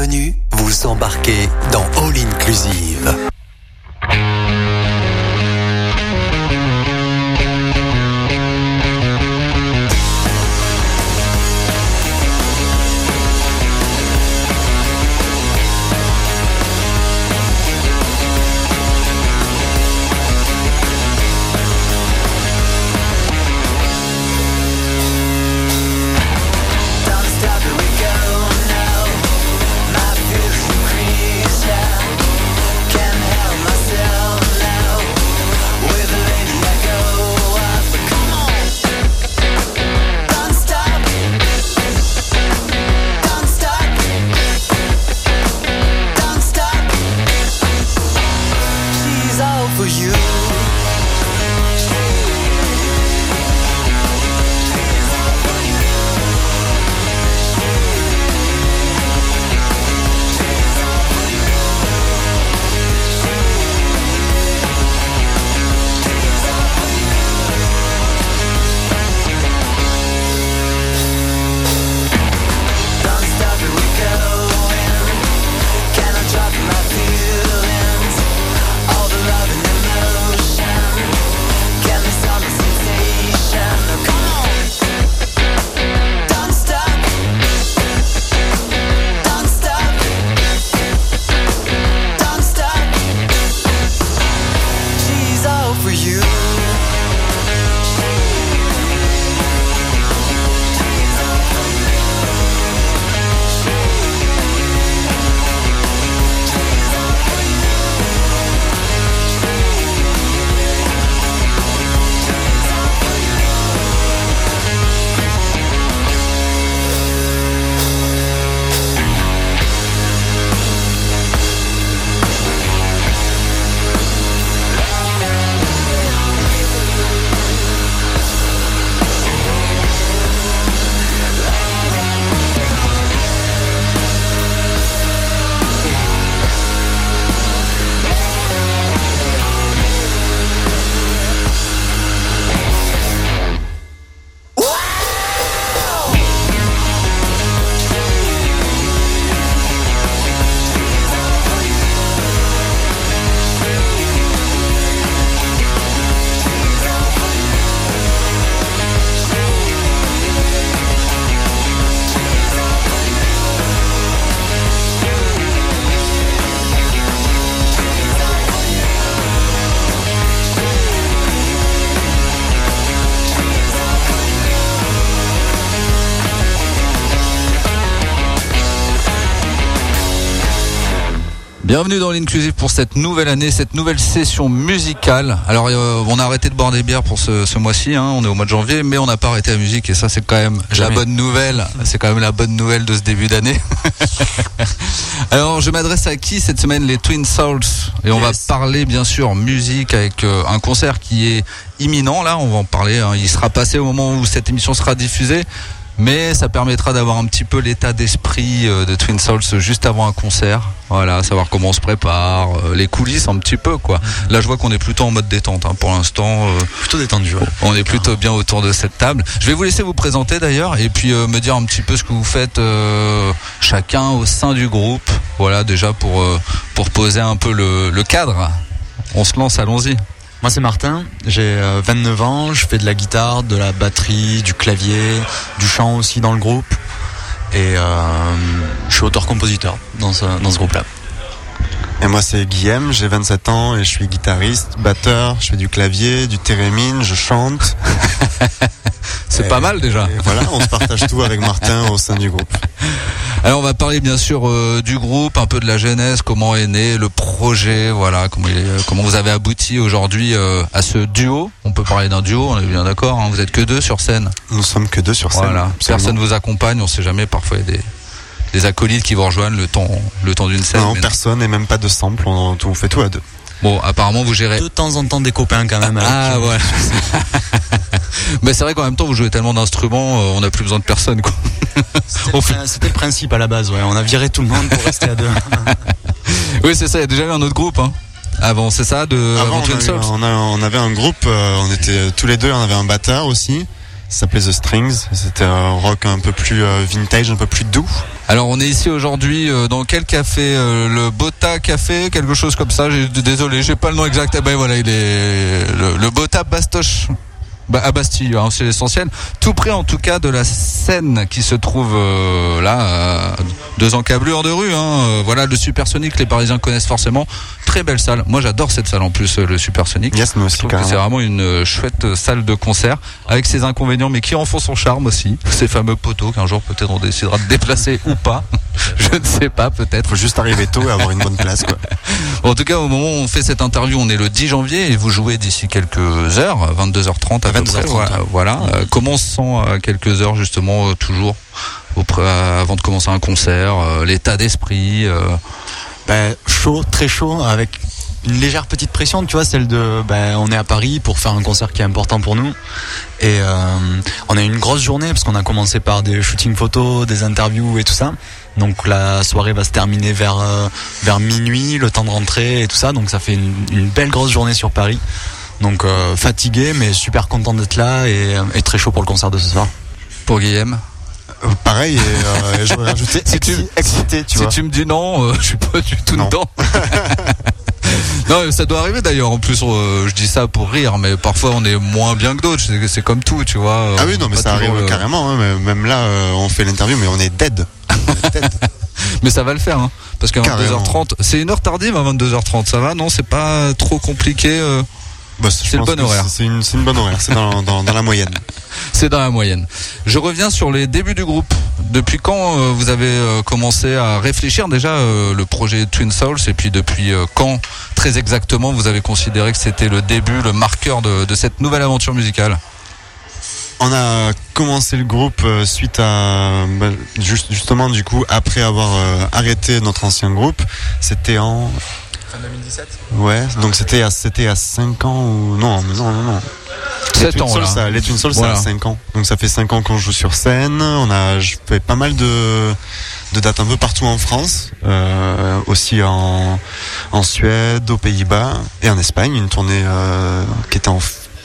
bienvenue, vous embarquez dans All Inclusive. Bienvenue dans l'Inclusive pour cette nouvelle année, cette nouvelle session musicale. Alors on a arrêté de boire des bières pour ce mois-ci, on est au mois de janvier, mais on n'a pas arrêté la musique et ça c'est quand même la bonne nouvelle. C'est quand même la bonne nouvelle de ce début d'année. Alors je m'adresse à qui cette semaine? Les Twin Souls. Et on va parler bien sûr musique avec un concert qui est imminent là, on va en parler. Il sera passé au moment où cette émission sera diffusée. Mais ça permettra d'avoir un petit peu l'état d'esprit de Twin Souls juste avant un concert. Voilà, savoir comment on se prépare, les coulisses un petit peu quoi. Là je vois qu'on est plutôt en mode détente pour l'instant. Plutôt détendu. Ouais. On est plutôt bien autour de cette table. Je vais vous laisser vous présenter d'ailleurs et puis me dire un petit peu ce que vous faites chacun au sein du groupe. Voilà déjà pour poser un peu le cadre. On se lance, allons-y. Moi c'est Martin, j'ai 29 ans, je fais de la guitare, de la batterie, du clavier, du chant aussi dans le groupe et je suis auteur-compositeur dans ce groupe-là. Et moi c'est Guillaume, j'ai 27 ans et je suis guitariste, batteur, je fais du clavier, du thérémine, je chante. C'est pas mal déjà. Et voilà, on se partage tout avec Martin au sein du groupe. Alors on va parler bien sûr du groupe, un peu de la genèse, comment est né le projet, voilà, comment vous avez abouti aujourd'hui à ce duo. On peut parler d'un duo, on est bien d'accord, vous êtes que deux sur scène. Nous sommes que deux sur scène. Voilà, personne vous accompagne, on sait jamais, parfois il y a des acolytes qui vous rejoignent le temps d'une scène. Non, personne et même pas de sample, on fait tout à deux. Bon, apparemment vous gérez de temps en temps des copains quand même. Ah voilà. Mais c'est vrai qu'en même temps vous jouez tellement d'instruments, on n'a plus besoin de personne quoi. C'était le principe à la base, ouais. On a viré tout le monde pour rester à deux. Oui c'est ça, il y a déjà eu un autre groupe avant, c'est ça, avant Twin Souls. On avait un groupe, on était tous les deux, on avait un batteur aussi. Ça s'appelait The Strings. C'était un rock un peu plus vintage, un peu plus doux. Alors on est ici aujourd'hui dans quel café, le Bota Café, quelque chose comme ça. Désolé, j'ai pas le nom exact. Ben voilà, il est le Bota Bastoche. À Bastille, hein, c'est l'essentiel. Tout près en tout cas de la Seine qui se trouve là, à 2 encablures de rue. Voilà, le Supersonic, les Parisiens connaissent forcément. Très belle salle. Moi j'adore cette salle en plus, le Supersonic. Yes, moi aussi, je trouve que c'est vraiment une chouette salle de concert avec ses inconvénients, mais qui en font son charme aussi. Ces fameux poteaux qu'un jour peut-être on décidera de déplacer ou pas. Je ne sais pas, peut-être. Faut juste arriver tôt et avoir une bonne place, quoi. Bon, en tout cas, au moment où on fait cette interview, on est le 10 janvier et vous jouez d'ici quelques heures, 22h30 à peu près. Voilà. Comment on se sent à quelques heures justement, toujours avant de commencer un concert, l'état d'esprit Chaud, très chaud, avec une légère petite pression, tu vois, celle de on est à Paris pour faire un concert qui est important pour nous et on a eu une grosse journée parce qu'on a commencé par des shootings photos, des interviews et tout ça. Donc la soirée va se terminer vers minuit, le temps de rentrer et tout ça, donc ça fait une belle grosse journée sur Paris. Donc fatigué mais super content d'être là et très chaud pour le concert de ce soir. Pour Guillaume pareil, et j'aurais rajouté excité, tu vois. Si tu me dis non, je suis pas du tout dedans. Non, ça doit arriver d'ailleurs. En plus, je dis ça pour rire, mais parfois on est moins bien que d'autres. C'est comme tout, tu vois. Ah oui, non, mais ça arrive carrément. Hein, même là, on fait l'interview, mais on est dead. Mais ça va le faire, hein, parce qu'à 22h30, c'est une heure tardive à 22h30. Ça va, non? C'est pas trop compliqué. C'est le bon horaire. C'est une bonne horaire. C'est dans la moyenne. C'est dans la moyenne. Je reviens sur les débuts du groupe. Depuis quand vous avez commencé à réfléchir déjà le projet Twin Souls, et puis depuis quand très exactement vous avez considéré que c'était le début, le marqueur de cette nouvelle aventure musicale? On a commencé le groupe suite à justement du coup après avoir arrêté notre ancien groupe. C'était en fin 2017. Ouais, donc c'était à 5 ans ou non. 7 ans là. Les Twin Souls, voilà. Ça a 5 ans. Donc ça fait 5 ans qu'on joue sur scène. Je fais pas mal de dates un peu partout en France, aussi en Suède, aux Pays-Bas et en Espagne. Une tournée qui était en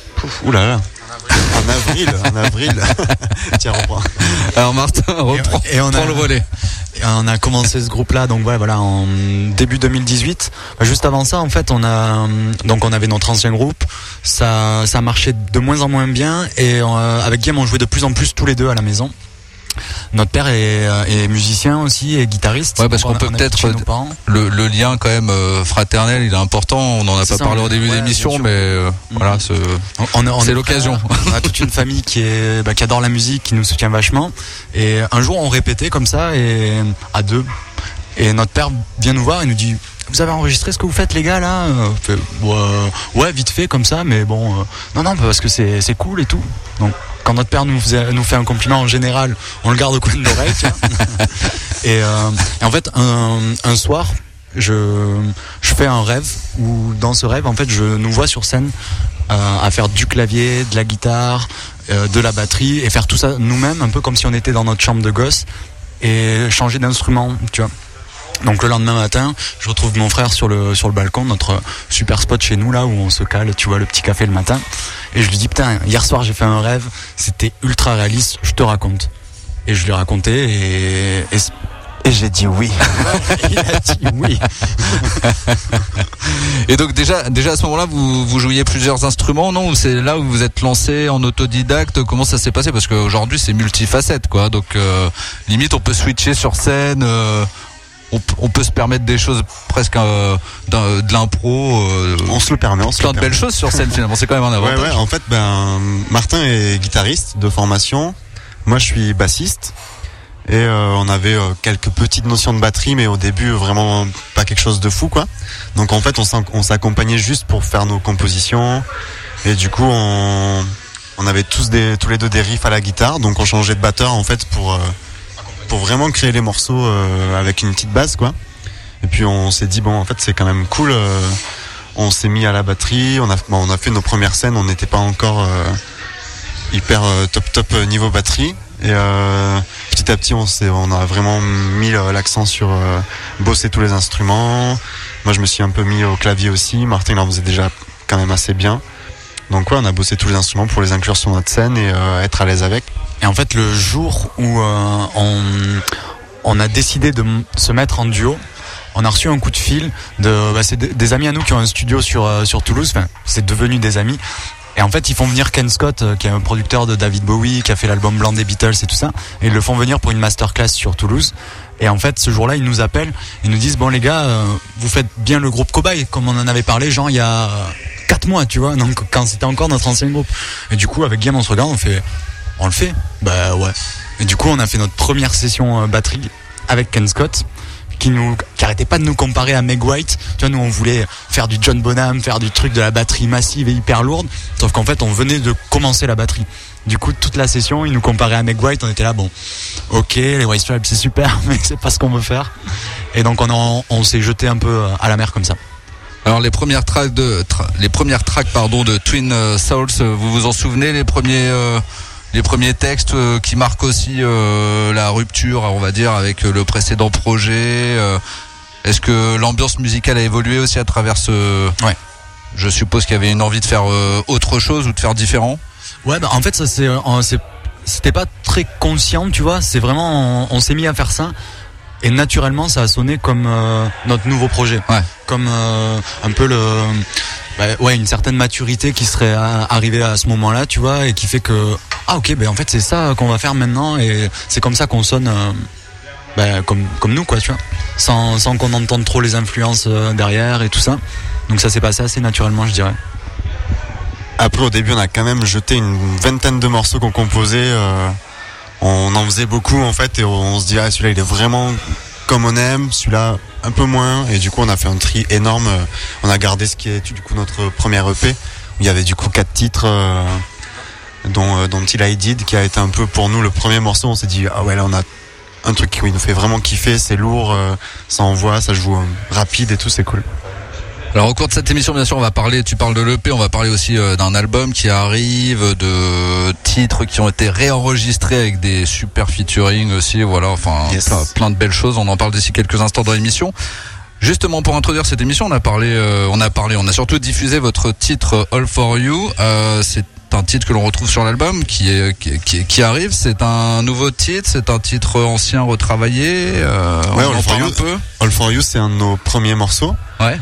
avril. Tiens, reprends. Alors Martin, prends le relais. Et on a commencé ce groupe-là, donc voilà, en début 2018. Juste avant ça, en fait, on avait notre ancien groupe. Ça marchait de moins en moins bien, et avec Guillaume, on jouait de plus en plus tous les deux à la maison. Notre père est musicien aussi et guitariste. Ouais, parce qu'on peut peut-être le lien quand même fraternel, il est important. On n'en a pas parlé au début de l'émission, mais voilà, c'est l'occasion. On a toute une famille qui adore la musique, qui nous soutient vachement. Et un jour, on répétait comme ça, et à deux. Et notre père vient nous voir et nous dit: vous avez enregistré ce que vous faites, les gars, là? Ouais, vite fait comme ça, mais bon, non, parce que c'est cool et tout. Donc quand notre père nous fait un compliment, en général, on le garde au coin de l'oreille. Et en fait, un soir, je fais un rêve où, dans ce rêve, en fait, je nous vois sur scène à faire du clavier, de la guitare, de la batterie, et faire tout ça nous-mêmes, un peu comme si on était dans notre chambre de gosse, et changer d'instrument, tu vois. Donc le lendemain matin, je retrouve mon frère sur le balcon, notre super spot chez nous là où on se cale, tu vois, le petit café le matin. Et je lui dis: putain, hier soir j'ai fait un rêve, c'était ultra réaliste, je te raconte. Et je lui ai raconté et j'ai dit oui. Il a dit oui. Et donc déjà à ce moment-là, vous jouiez plusieurs instruments, non? C'est là où vous vous êtes lancé en autodidacte? Comment ça s'est passé? Parce qu'aujourd'hui c'est multifacette, quoi. Donc limite on peut switcher sur scène. On peut se permettre des choses presque de l'impro. On se le permet. Plein de belles choses sur scène, finalement. C'est quand même un avantage. Ouais. En fait, Martin est guitariste de formation. Moi, je suis bassiste. Et on avait quelques petites notions de batterie, mais au début, vraiment pas quelque chose de fou, quoi. Donc en fait, on s'accompagnait juste pour faire nos compositions. Et du coup, on avait tous les deux des riffs à la guitare. Donc on changeait de batteur, en fait, pour vraiment créer les morceaux avec une petite base, quoi. Et puis on s'est dit bon, en fait c'est quand même cool. On s'est mis à la batterie, on a fait nos premières scènes, on n'était pas encore hyper top niveau batterie. Et petit à petit on a vraiment mis l'accent sur bosser tous les instruments. Moi je me suis un peu mis au clavier aussi. Martin il en faisait déjà quand même assez bien. Donc ouais, on a bossé tous les instruments pour les inclure sur notre scène et être à l'aise avec. Et en fait, le jour où on a décidé de se mettre en duo, on a reçu un coup de fil c'est des amis à nous qui ont un studio sur Toulouse. Enfin, c'est devenu des amis. Et en fait, ils font venir Ken Scott, qui est un producteur de David Bowie, qui a fait l'album blanc des Beatles et tout ça. Et ils le font venir pour une masterclass sur Toulouse. Et en fait, ce jour-là, ils nous appellent, ils nous disent, bon les gars, vous faites bien le groupe Cobaye, comme on en avait parlé, genre il y a 4 mois, tu vois, donc quand c'était encore notre ancien groupe. Et du coup, avec Guillaume, on se regarde, on le fait. Bah ouais. Et du coup, on a fait notre première session batterie avec Ken Scott, qui arrêtait pas de nous comparer à Meg White. Tu vois, nous on voulait faire du John Bonham, faire du truc de la batterie massive et hyper lourde, sauf qu'en fait on venait de commencer la batterie. Du coup toute la session il nous comparait à Meg White, on était là bon, ok les White Stripes c'est super mais c'est pas ce qu'on veut faire. Et donc on s'est jeté un peu à la mer comme ça. Alors les premières tracks de Twin Souls, vous vous en souvenez, les premiers textes qui marquent aussi la rupture, on va dire, avec le précédent projet. Est-ce que l'ambiance musicale a évolué aussi à travers ce... Ouais. Je suppose qu'il y avait une envie de faire autre chose ou de faire différent. Ouais, bah en fait ça c'était pas très conscient, tu vois. C'est vraiment on s'est mis à faire ça. Et naturellement, ça a sonné comme notre nouveau projet, ouais. Comme un peu une certaine maturité qui serait arrivée à ce moment-là, tu vois, et qui fait que ok, en fait c'est ça qu'on va faire maintenant, et c'est comme ça qu'on sonne, comme nous, quoi, tu vois, sans qu'on entende trop les influences derrière et tout ça. Donc ça s'est passé assez naturellement, je dirais. Après, au début, on a quand même jeté une vingtaine de morceaux qu'on composait. On en faisait beaucoup en fait, et on se dit celui-là il est vraiment comme on aime, celui-là un peu moins, et du coup on a fait un tri énorme. On a gardé ce qui est du coup notre premier EP où il y avait du coup 4 titres dont Till I Did, qui a été un peu pour nous le premier morceau. On s'est dit ah ouais, là on a un truc qui nous fait vraiment kiffer, c'est lourd, ça envoie, ça joue rapide et tout, c'est cool. Alors au cours de cette émission, bien sûr, tu parles de l'EP, on va parler aussi d'un album qui arrive, de titres qui ont été réenregistrés avec des super featuring aussi, voilà, enfin yes. plein de belles choses, on en parle d'ici quelques instants dans l'émission. Justement, pour introduire cette émission, on a surtout diffusé votre titre All For You, c'est un titre que l'on retrouve sur l'album qui arrive. C'est un nouveau titre, c'est un titre ancien retravaillé, ouais, on en parle un peu. All For You, c'est un de nos premiers morceaux. Ouais.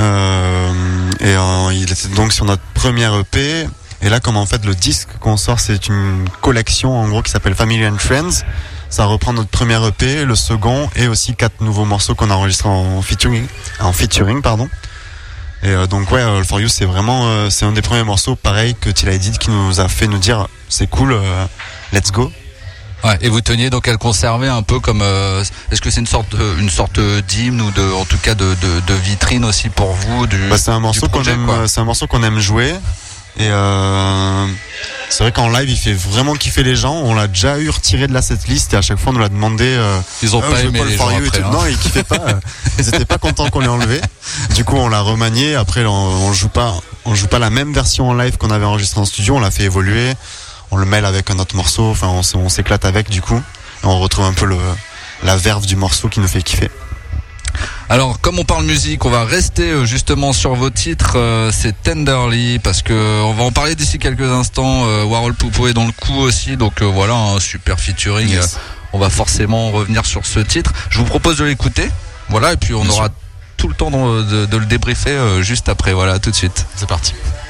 Il était donc sur notre première EP, et là comme en fait le disque qu'on sort c'est une collection en gros qui s'appelle Family and Friends. Ça reprend notre premier EP, le second, et aussi 4 nouveaux morceaux qu'on a enregistrés en featuring pardon. Et donc ouais, All For You c'est vraiment c'est un des premiers morceaux pareil que Till I Did, qui nous a fait nous dire c'est cool, let's go. Ouais, et vous teniez donc à le conserver un peu comme est-ce que c'est une sorte d'hymne ou en tout cas de vitrine aussi pour vous c'est un morceau qu'on aime, c'est un morceau qu'on aime jouer, et c'est vrai qu'en live il fait vraiment kiffer les gens. On l'a déjà eu retiré de la setlist et à chaque fois on nous l'a demandé. Ils ont pas aimé les gens après, hein. Non, ils kiffaient pas. Ils étaient pas contents qu'on l'ait enlevé. Du coup on l'a remanié. Après on joue pas la même version en live qu'on avait enregistré en studio. On l'a fait évoluer. On le mêle avec un autre morceau, enfin on s'éclate avec du coup, et on retrouve un peu la verve du morceau qui nous fait kiffer. Alors comme on parle musique, on va rester justement sur vos titres, c'est Tenderly, parce que on va en parler d'ici quelques instants. Warhol Poupo est dans le coup aussi, donc voilà, un super featuring. Yes. On va forcément revenir sur ce titre. Je vous propose de l'écouter, voilà, et puis on aura tout le temps de le débriefer juste après, voilà, tout de suite. C'est parti.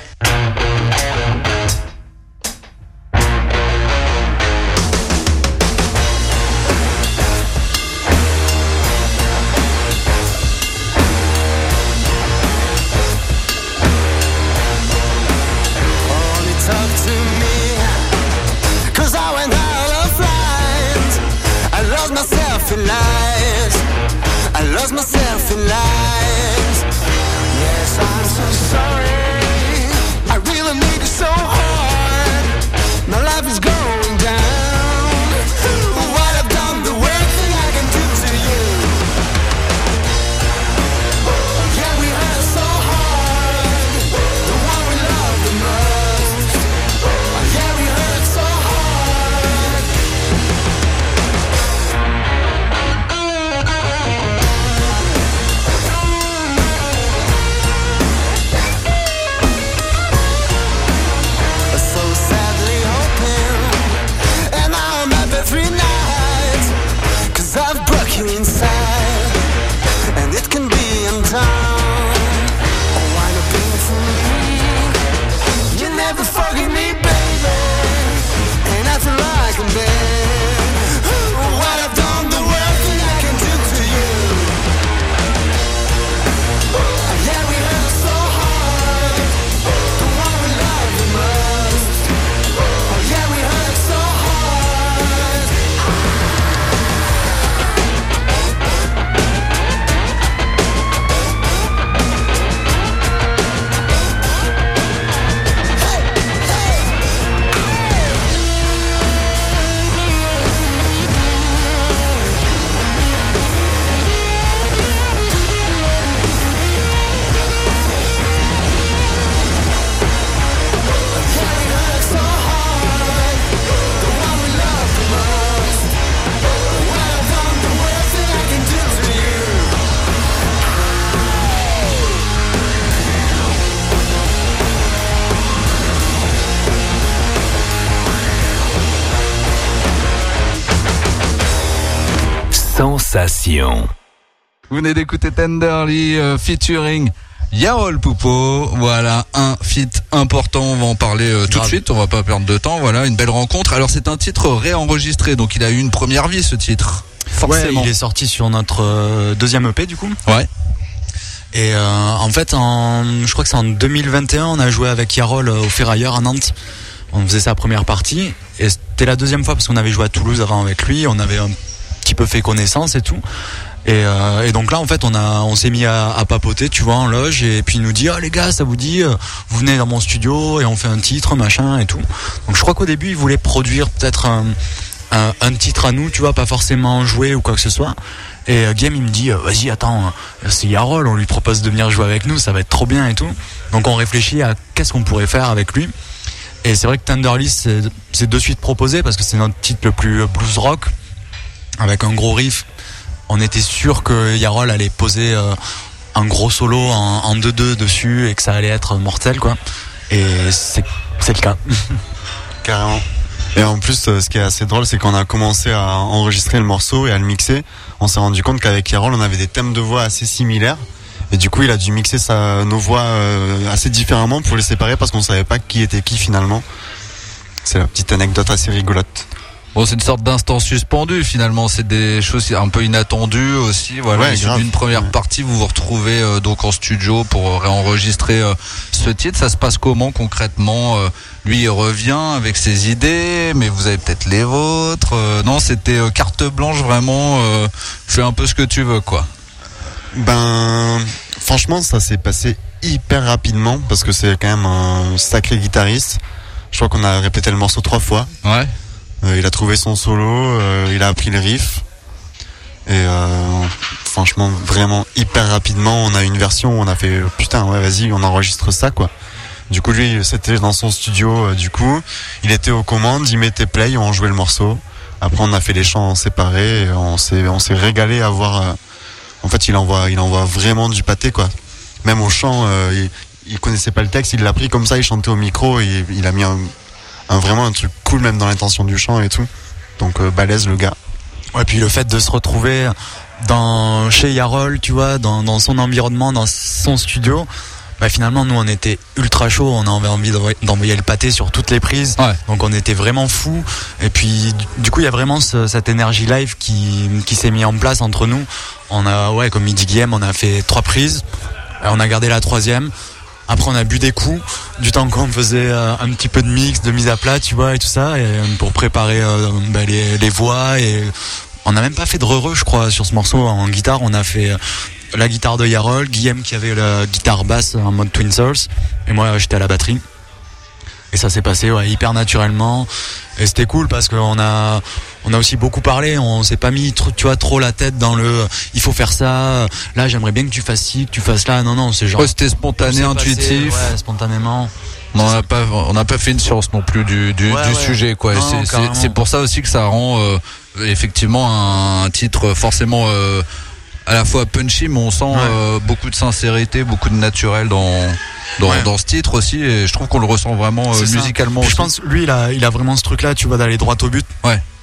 Myself in lies. Yes, I'm so sorry. I really need it so hard. My life is going down. What I've done, the worst thing I can do to you. Yeah, we hurt so hard. The one we love the most. Yeah, we hurt so hard. every night, 'cause I've broke you inside, and it can be undone. Oh, why not be for me? You never forgive me, baby, and I feel like a man. What I've done, the worst thing I can do to you. Yeah, we hurt so hard, the one we love the most. Yeah, we hurt so hard. Sensation. Vous venez d'écouter Tenderly featuring Yarol Poupeau. Voilà, un feat important, on va en parler tout de suite, on va pas perdre de temps. Voilà, une belle rencontre. Alors c'est un titre réenregistré, donc il a eu une première vie ce titre. Forcément. Ouais, il est sorti sur notre deuxième EP du coup. Ouais. Et en fait, je crois que c'est en 2021, on a joué avec Yarol au Ferrailleur à Nantes. On faisait sa première partie et c'était la deuxième fois parce qu'on avait joué à Toulouse avant avec lui. On avait un petit peu fait connaissance et tout. Et donc là en fait on s'est mis à papoter, tu vois, en loge, et puis il nous dit les gars, ça vous dit, vous venez dans mon studio et on fait un titre machin et tout. Donc je crois qu'au début il voulait produire peut-être un titre à nous, tu vois, pas forcément jouer ou quoi que ce soit. Et Game il me dit vas-y attends, c'est Yarol, on lui propose de venir jouer avec nous, ça va être trop bien et tout. Donc on réfléchit à qu'est-ce qu'on pourrait faire avec lui. Et c'est vrai que Tenderly c'est de suite proposé parce que c'est notre titre le plus blues rock avec un gros riff. On était sûr que Yarol allait poser un gros solo en 2-2 dessus et que ça allait être mortel, quoi. Et c'est le cas. Carrément. Et en plus, ce qui est assez drôle, c'est qu'on a commencé à enregistrer le morceau et à le mixer. On s'est rendu compte qu'avec Yarol, on avait des thèmes de voix assez similaires. Et du coup, il a dû mixer nos voix assez différemment pour les séparer parce qu'on savait pas qui était qui finalement. C'est la petite anecdote assez rigolote. Bon, c'est une sorte d'instant suspendu finalement, c'est des choses un peu inattendues aussi. Voilà, ouais, grave. D'une première partie, vous vous retrouvez donc en studio pour réenregistrer ce titre. Ça se passe comment concrètement? Lui, il revient avec ses idées, mais vous avez peut-être les vôtres. Non, c'était carte blanche vraiment. Fais un peu ce que tu veux, quoi. Ben, franchement, ça s'est passé hyper rapidement parce que c'est quand même un sacré guitariste. Je crois qu'on a répété le morceau 3 fois. Ouais. Il a trouvé son solo, il a appris le riff. Et franchement, vraiment hyper rapidement, on a une version où on a fait putain, ouais, vas-y, on enregistre ça, quoi. Du coup, lui, c'était dans son studio, du coup, il était aux commandes, il mettait play, on jouait le morceau. Après, on a fait les chants séparés, et on s'est régalé à voir. En fait, il envoie vraiment du pâté, quoi. Même au chant, il connaissait pas le texte, il l'a pris comme ça, il chantait au micro, et il a mis vraiment un truc cool, même dans l'intention du chant et tout. Donc balèze le gars. Ouais, puis le fait de se retrouver chez Yarol, tu vois, dans son environnement, dans son studio, bah finalement nous on était ultra chaud, on avait envie d'envoyer le pâté sur toutes les prises. Ouais. Donc on était vraiment fous. Et puis du coup il y a vraiment cette énergie live qui s'est mis en place entre nous. On a, ouais, comme il dit Guillaume, on a fait 3 prises, et on a gardé la 3e. Après on a bu des coups du temps qu'on faisait un petit peu de mix, de mise à plat, tu vois, et tout ça, et pour préparer les voix. Et on n'a même pas fait de re-re, je crois, sur ce morceau. En guitare on a fait la guitare de Yarol, Guillaume qui avait la guitare basse en mode Twin Souls, et moi j'étais à la batterie. Et ça s'est passé hyper naturellement. Et c'était cool parce qu'on a aussi beaucoup parlé. On s'est pas mis trop la tête dans il faut faire ça. Là, j'aimerais bien que tu fasses ci, que tu fasses là. Non, c'est genre. Ouais, c'était spontané, intuitif. Ouais, spontanément. On n'a pas fait une science non plus du sujet, quoi. Non, c'est pour ça aussi que ça rend effectivement un titre forcément à la fois punchy, mais on sent beaucoup de sincérité, beaucoup de naturel dans ce titre aussi, et je trouve qu'on le ressent vraiment musicalement aussi. Je pense lui il a vraiment ce truc là, tu vois, d'aller droit au but. Ouais.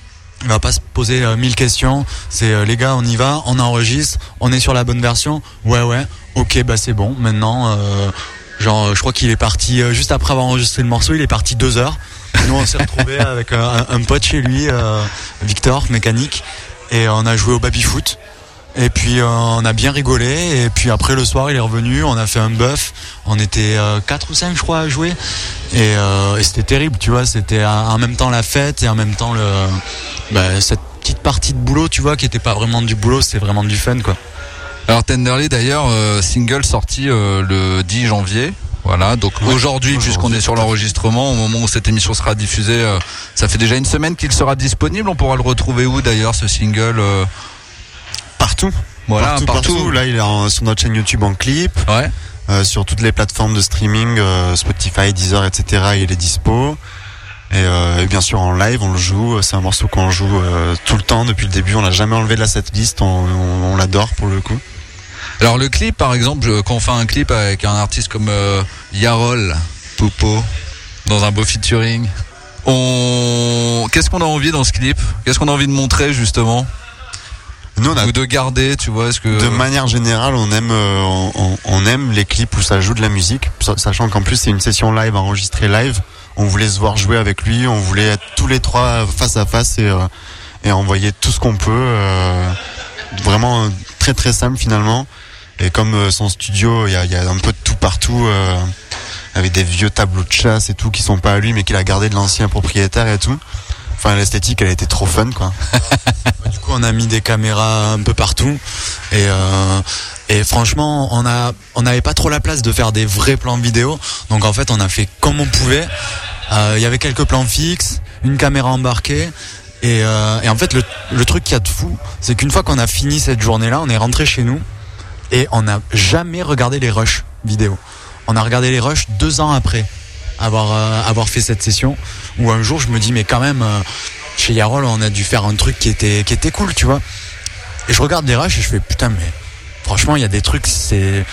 Il va pas se poser 1000 questions. C'est les gars, on y va, on enregistre, on est sur la bonne version. Ouais, ok, bah c'est bon. Maintenant, je crois qu'il est parti juste après avoir enregistré le morceau. Il est parti 2 heures. Nous, on s'est retrouvés avec un pote chez lui, Victor, mécanique, et on a joué au baby-foot. Et puis on a bien rigolé. Et puis après le soir, il est revenu. On a fait un bœuf. On était 4 ou 5, je crois, à jouer. Et c'était terrible, tu vois. C'était en même temps la fête et en même temps cette petite partie de boulot, tu vois, qui était pas vraiment du boulot, c'est vraiment du fun, quoi. Alors Tenderly d'ailleurs, single sorti le 10 janvier. Voilà, donc aujourd'hui, puisqu'on est sur l'enregistrement, au moment où cette émission sera diffusée, ça fait déjà une semaine qu'il sera disponible. On pourra le retrouver où d'ailleurs, ce single Partout. Voilà, partout. Là, il est sur notre chaîne YouTube en clip. Ouais. Sur toutes les plateformes de streaming, Spotify, Deezer, etc. Il est dispo. Et bien sûr en live, on le joue. C'est un morceau qu'on joue tout le temps depuis le début. On l'a jamais enlevé de la setlist. On l'adore pour le coup. Alors le clip, par exemple, quand on fait un clip avec un artiste comme Yarol Poupo dans un beau featuring, qu'est-ce qu'on a envie dans ce clip? Qu'est-ce qu'on a envie de montrer justement? Nous, ou de garder, tu vois, de manière générale, on aime les clips où ça joue de la musique, sachant qu'en plus c'est une session live enregistrée live. On voulait se voir jouer avec lui, on voulait être tous les trois face à face et envoyer tout ce qu'on peut. Vraiment très très simple finalement. Et comme son studio, il y a un peu de tout partout, avec des vieux tableaux de chasse et tout qui sont pas à lui mais qu'il a gardé de l'ancien propriétaire et tout. Enfin, l'esthétique, elle était trop fun, quoi. Du coup, on a mis des caméras un peu partout. Et franchement, on n'avait pas trop la place de faire des vrais plans vidéo. Donc, en fait, on a fait comme on pouvait. Il y avait quelques plans fixes, une caméra embarquée. Et en fait, le truc qu'il y a de fou, c'est qu'une fois qu'on a fini cette journée-là, on est rentré chez nous et on n'a jamais regardé les rushs vidéo. On a regardé les rushs 2 ans après avoir fait cette session, où un jour je me dis mais quand même chez Yarol on a dû faire un truc qui était cool, tu vois. Et je regarde les rushs et je fais putain, mais franchement il y a des trucs, c'est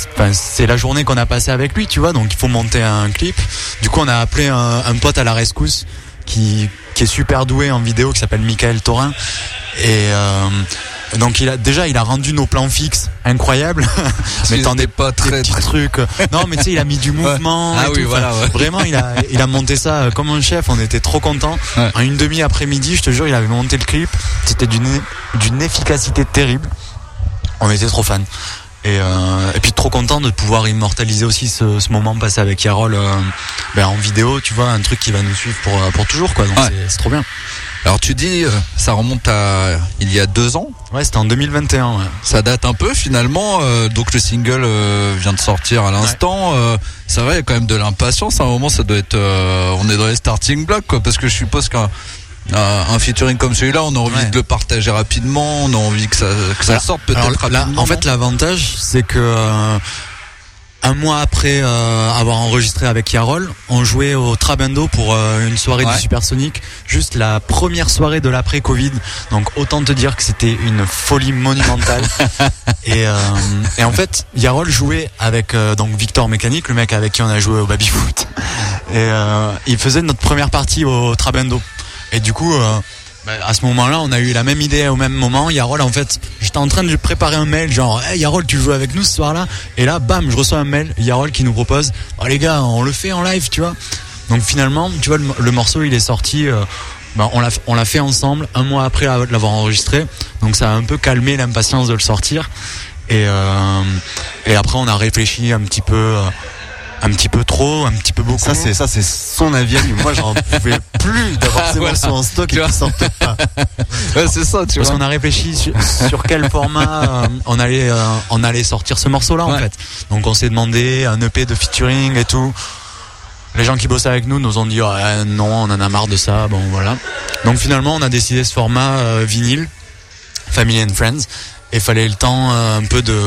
la journée qu'on a passée avec lui, tu vois, donc il faut monter un clip. Du coup on a appelé un pote à la rescousse qui est super doué en vidéo, qui s'appelle Michael Thorin, et donc il a rendu nos plans fixes incroyables. Mais t'en es pas très trucs. Non, mais tu sais, il a mis du mouvement. Ah et oui, tout. voilà. Ouais. Vraiment, il a monté ça comme un chef. On était trop contents. Ouais. En une demi-après-midi, je te jure, il avait monté le clip. C'était d'une efficacité terrible. On était trop fans. Et puis trop content de pouvoir immortaliser aussi ce moment passé avec Yarol en vidéo, tu vois, un truc qui va nous suivre pour toujours, quoi. Donc c'est trop bien. Alors tu dis, ça remonte à il y a 2 ans. Ouais, c'était en 2021. Ouais. Ça date un peu finalement. Donc le single vient de sortir à l'instant. Ouais. Ça va, il y a quand même de l'impatience. À un moment, ça doit être, on est dans les starting blocks, quoi, parce que je suppose qu'un featuring comme celui-là, on a envie de le partager rapidement. On a envie que ça sorte peut-être rapidement. En fait, l'avantage, c'est que un mois après avoir enregistré avec Yarol, on jouait au Trabendo pour une soirée du Supersonic, juste la première soirée de l'après-Covid. Donc autant te dire que c'était une folie monumentale. et en fait, Yarol jouait avec donc Victor Mécanique, le mec avec qui on a joué au baby-foot. Et il faisait notre première partie au Trabendo. Et du coup, à ce moment-là, on a eu la même idée au même moment. Yarol, en fait, j'étais en train de lui préparer un mail, genre, hey, Yarol, tu joues avec nous ce soir-là? Et là, bam, je reçois un mail, Yarol qui nous propose, oh les gars, on le fait en live, tu vois. Donc finalement, tu vois, le morceau, il est sorti, on l'a fait ensemble, un mois après l'avoir enregistré. Donc ça a un peu calmé l'impatience de le sortir. Et après, on a réfléchi un petit peu trop, un petit peu beaucoup. Ça c'est son avis. Moi j'en pouvais plus d'avoir ces morceaux en stock et qui sortent pas. Ouais, c'est ça, tu vois. Parce qu'on a réfléchi sur quel format on allait sortir ce morceau-là en fait. Donc on s'est demandé un EP de featuring et tout. Les gens qui bossent avec nous ont dit non, on en a marre de ça. Bon voilà. Donc finalement on a décidé ce format vinyle, Family and Friends, et fallait le temps un peu de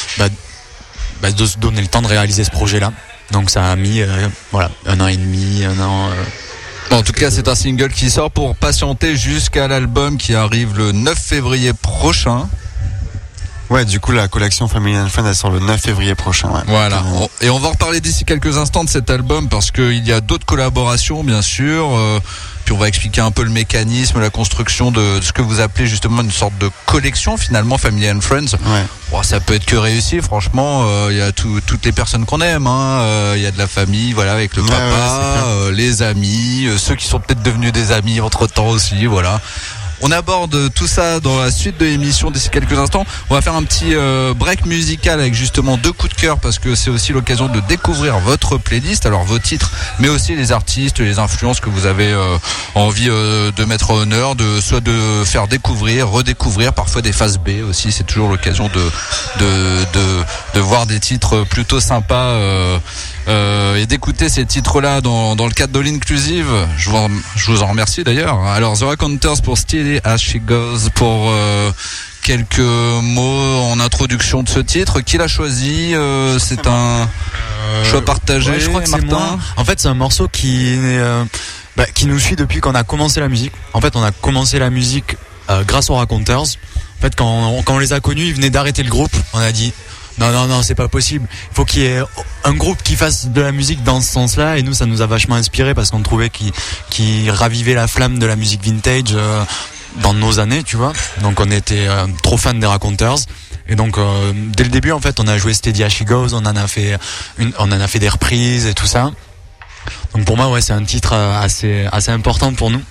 se donner le temps de réaliser ce projet-là. Donc ça a mis 1 an et demi, 1 an. En tout cas, c'est un single qui sort pour patienter jusqu'à l'album qui arrive le 9 février prochain. Ouais, du coup, la collection Family and Friends, elle sort le 9 février prochain. Ouais. Voilà. Et on va en reparler d'ici quelques instants de cet album parce qu'il y a d'autres collaborations, bien sûr. Puis on va expliquer un peu le mécanisme, la construction de ce que vous appelez justement une sorte de collection finalement Family and Friends. Ouais. Bon, ça peut être que réussi, franchement. Il y a toutes les personnes qu'on aime. Il y a de la famille, voilà, avec le papa, les amis, ceux qui sont peut-être devenus des amis entre temps aussi, voilà. On aborde tout ça dans la suite de l'émission d'ici quelques instants. On va faire un petit break musical avec justement 2 coups de cœur parce que c'est aussi l'occasion de découvrir votre playlist, alors vos titres, mais aussi les artistes, les influences que vous avez envie de mettre en honneur, soit de faire découvrir, redécouvrir, parfois des phases B aussi. C'est toujours l'occasion de voir des titres plutôt sympas et d'écouter ces titres-là dans le cadre de l'Inclusive. Je vous en remercie d'ailleurs. Alors The Raconteurs pour Steady As She Goes pour quelques mots en introduction de ce titre. Qui l'a choisi? C'est un choix partagé. Ouais, je crois que c'est moi. En fait, c'est un morceau qui nous suit depuis qu'on a commencé la musique. En fait, on a commencé la musique grâce aux Raconteurs. En fait, quand on les a connus, ils venaient d'arrêter le groupe. On a dit non, c'est pas possible. Il faut qu'il y ait un groupe qui fasse de la musique dans ce sens-là. Et nous, ça nous a vachement inspiré parce qu'on trouvait qu'il ravivait la flamme de la musique vintage dans nos années, tu vois. Donc on était trop fans des Raconteurs. Et donc dès le début, en fait, on a joué Steady As She Goes. On en a fait des reprises et tout ça. Donc pour moi, ouais, c'est un titre assez important pour nous.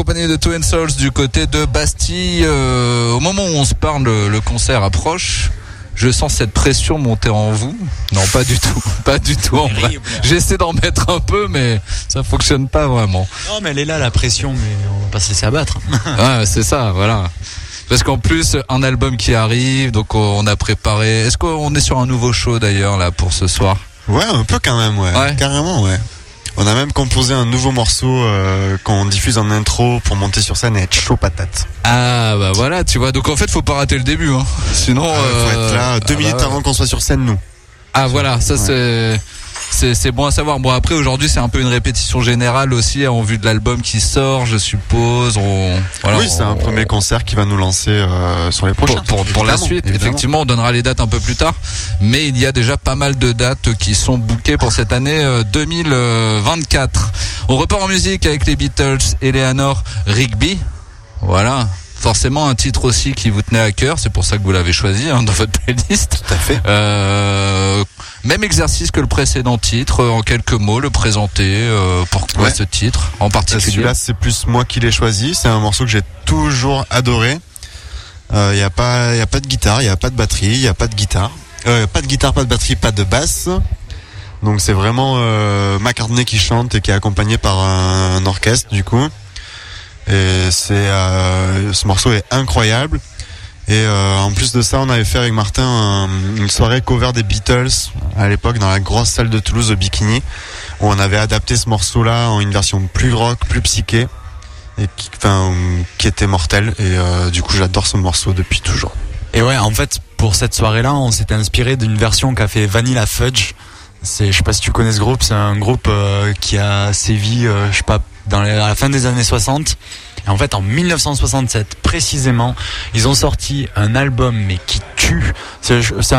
accompagné de Two and Souls du côté de Bastille. Au moment où on se parle, le concert approche. Je sens cette pression monter en vous. Non, pas du tout. Pas du tout en vrai. J'essaie d'en mettre un peu, mais ça fonctionne pas vraiment. Non, mais elle est là, la pression, mais on va pas se laisser abattre. Ouais, c'est ça, voilà. Parce qu'en plus, un album qui arrive, donc on a préparé. Est-ce qu'on est sur un nouveau show d'ailleurs, là, pour ce soir? Ouais, un peu quand même, ouais. Carrément, ouais. On a même composé un nouveau morceau qu'on diffuse en intro pour monter sur scène et être chaud patate. Ah bah voilà, tu vois, donc en fait faut pas rater le début, hein. Sinon faut être là 2 minutes avant qu'on soit sur scène, nous. Ah voilà, ça c'est bon à savoir. Bon, après aujourd'hui c'est un peu une répétition générale aussi en vue de l'album qui sort, je suppose. C'est un premier concert qui va nous lancer sur les prochains. Pour la suite, évidemment. Effectivement, on donnera les dates un peu plus tard, mais il y a déjà pas mal de dates qui sont bookées pour cette année 2024. On repart en musique avec les Beatles, Eleanor Rigby. Voilà. Forcément un titre aussi qui vous tenait à cœur, c'est pour ça que vous l'avez choisi dans votre playlist. Tout à fait. Même exercice que le précédent titre, en quelques mots, le présenter. Pourquoi ce titre en particulier? Celui-là, c'est plus moi qui l'ai choisi. C'est un morceau que j'ai toujours adoré. Il y a pas de guitare, il y a pas de batterie, il y a pas de guitare, pas de guitare, pas de batterie, pas de basse. Donc c'est vraiment McCartney qui chante et qui est accompagné par un orchestre du coup. Et ce morceau est incroyable. Et en plus de ça, on avait fait avec Martin une soirée cover des Beatles à l'époque dans la grosse salle de Toulouse au Bikini, où on avait adapté ce morceau-là en une version plus rock, plus psyché, et qui était mortelle. Et du coup, j'adore ce morceau depuis toujours. Et ouais, en fait, pour cette soirée-là, on s'était inspiré d'une version qu'a fait Vanilla Fudge. Je sais pas si tu connais ce groupe, c'est un groupe qui a sévi, je sais pas, à la fin des années 60. Et en fait, en 1967, précisément, ils ont sorti un album, mais qui tue. C'est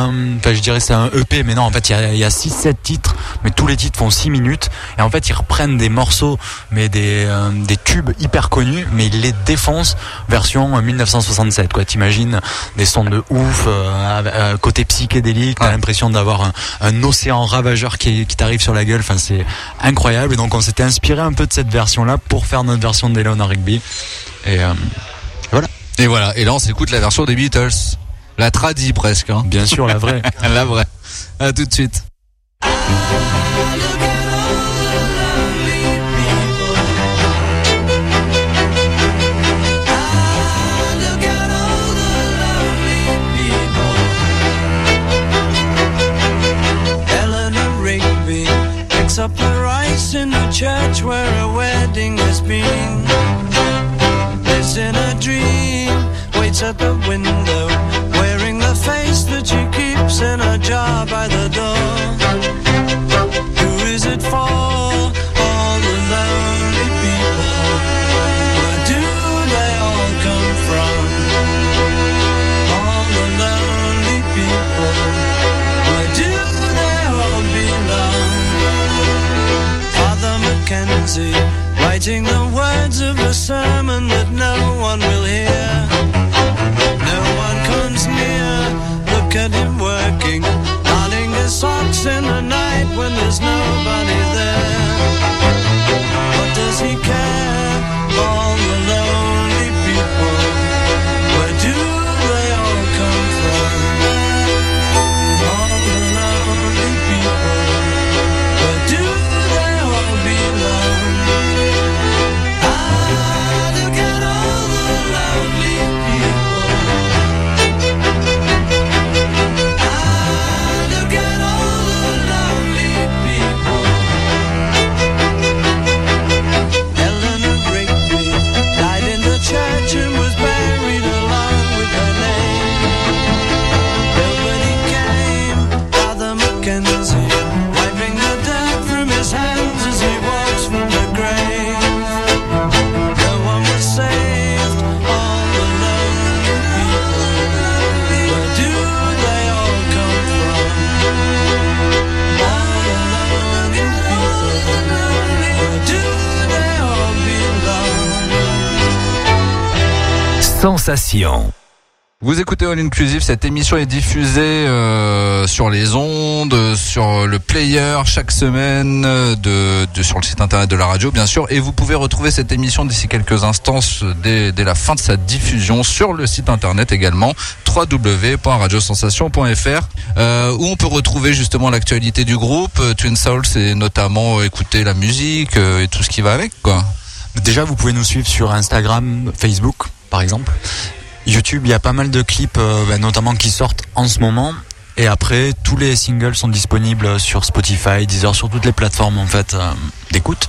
un EP, mais non, en fait, il y a 6-7 titres, mais tous les titres font 6 minutes. Et en fait, ils reprennent des morceaux, mais des tubes hyper connus, mais ils les défoncent version 1967, quoi. T'imagines des sons de ouf, côté psychédélique, t'as l'impression d'avoir un océan ravageur qui t'arrive sur la gueule. Enfin, c'est incroyable. Et donc, on s'était inspiré un peu de cette version-là pour faire notre version d'Eleanor Rigby. Et voilà. Et voilà. Et là, on s'écoute la version des Beatles. La tradie presque. Hein. Bien sûr, la vraie. La vraie. À tout de suite. Eleanor Rigby picks up her rice in the church where a wedding has been. Lives in a dream, waits at the window, wearing the face that she keeps in a jar by the door. Who is it for? All the lonely people. Where do they all come from? All the lonely people. Where do they all belong? Father Mackenzie, writing the words of a sermon that no one will hear. No one comes near, look at him working, darning his socks in the night when there's nobody there. What does he care? All the lonely people. Where do they all come from? All the lonely people. Where do they all belong? Look at all the lonely people. Look at all the lonely people. Eleanor Rigby died in the church and was buried along with her name. Nobody came, Father Mackenzie, wiping the dirt from his hands as he walks from the grave. No one was saved, all the lonely people. Where do they all come from? All the lonely people. Where do they all belong? Sensation. Vous écoutez All Inclusive, cette émission est diffusée sur les ondes, sur le player chaque semaine, sur le site internet de la radio bien sûr, et vous pouvez retrouver cette émission d'ici quelques instants dès la fin de sa diffusion sur le site internet également, www.radiosensation.fr, où on peut retrouver justement l'actualité du groupe Twin Souls et notamment écouter la musique et tout ce qui va avec, quoi. Déjà, vous pouvez nous suivre sur Instagram, Facebook par exemple. YouTube, il y a pas mal de clips, notamment qui sortent en ce moment. Et après, tous les singles sont disponibles sur Spotify, Deezer, sur toutes les plateformes en fait d'écoute.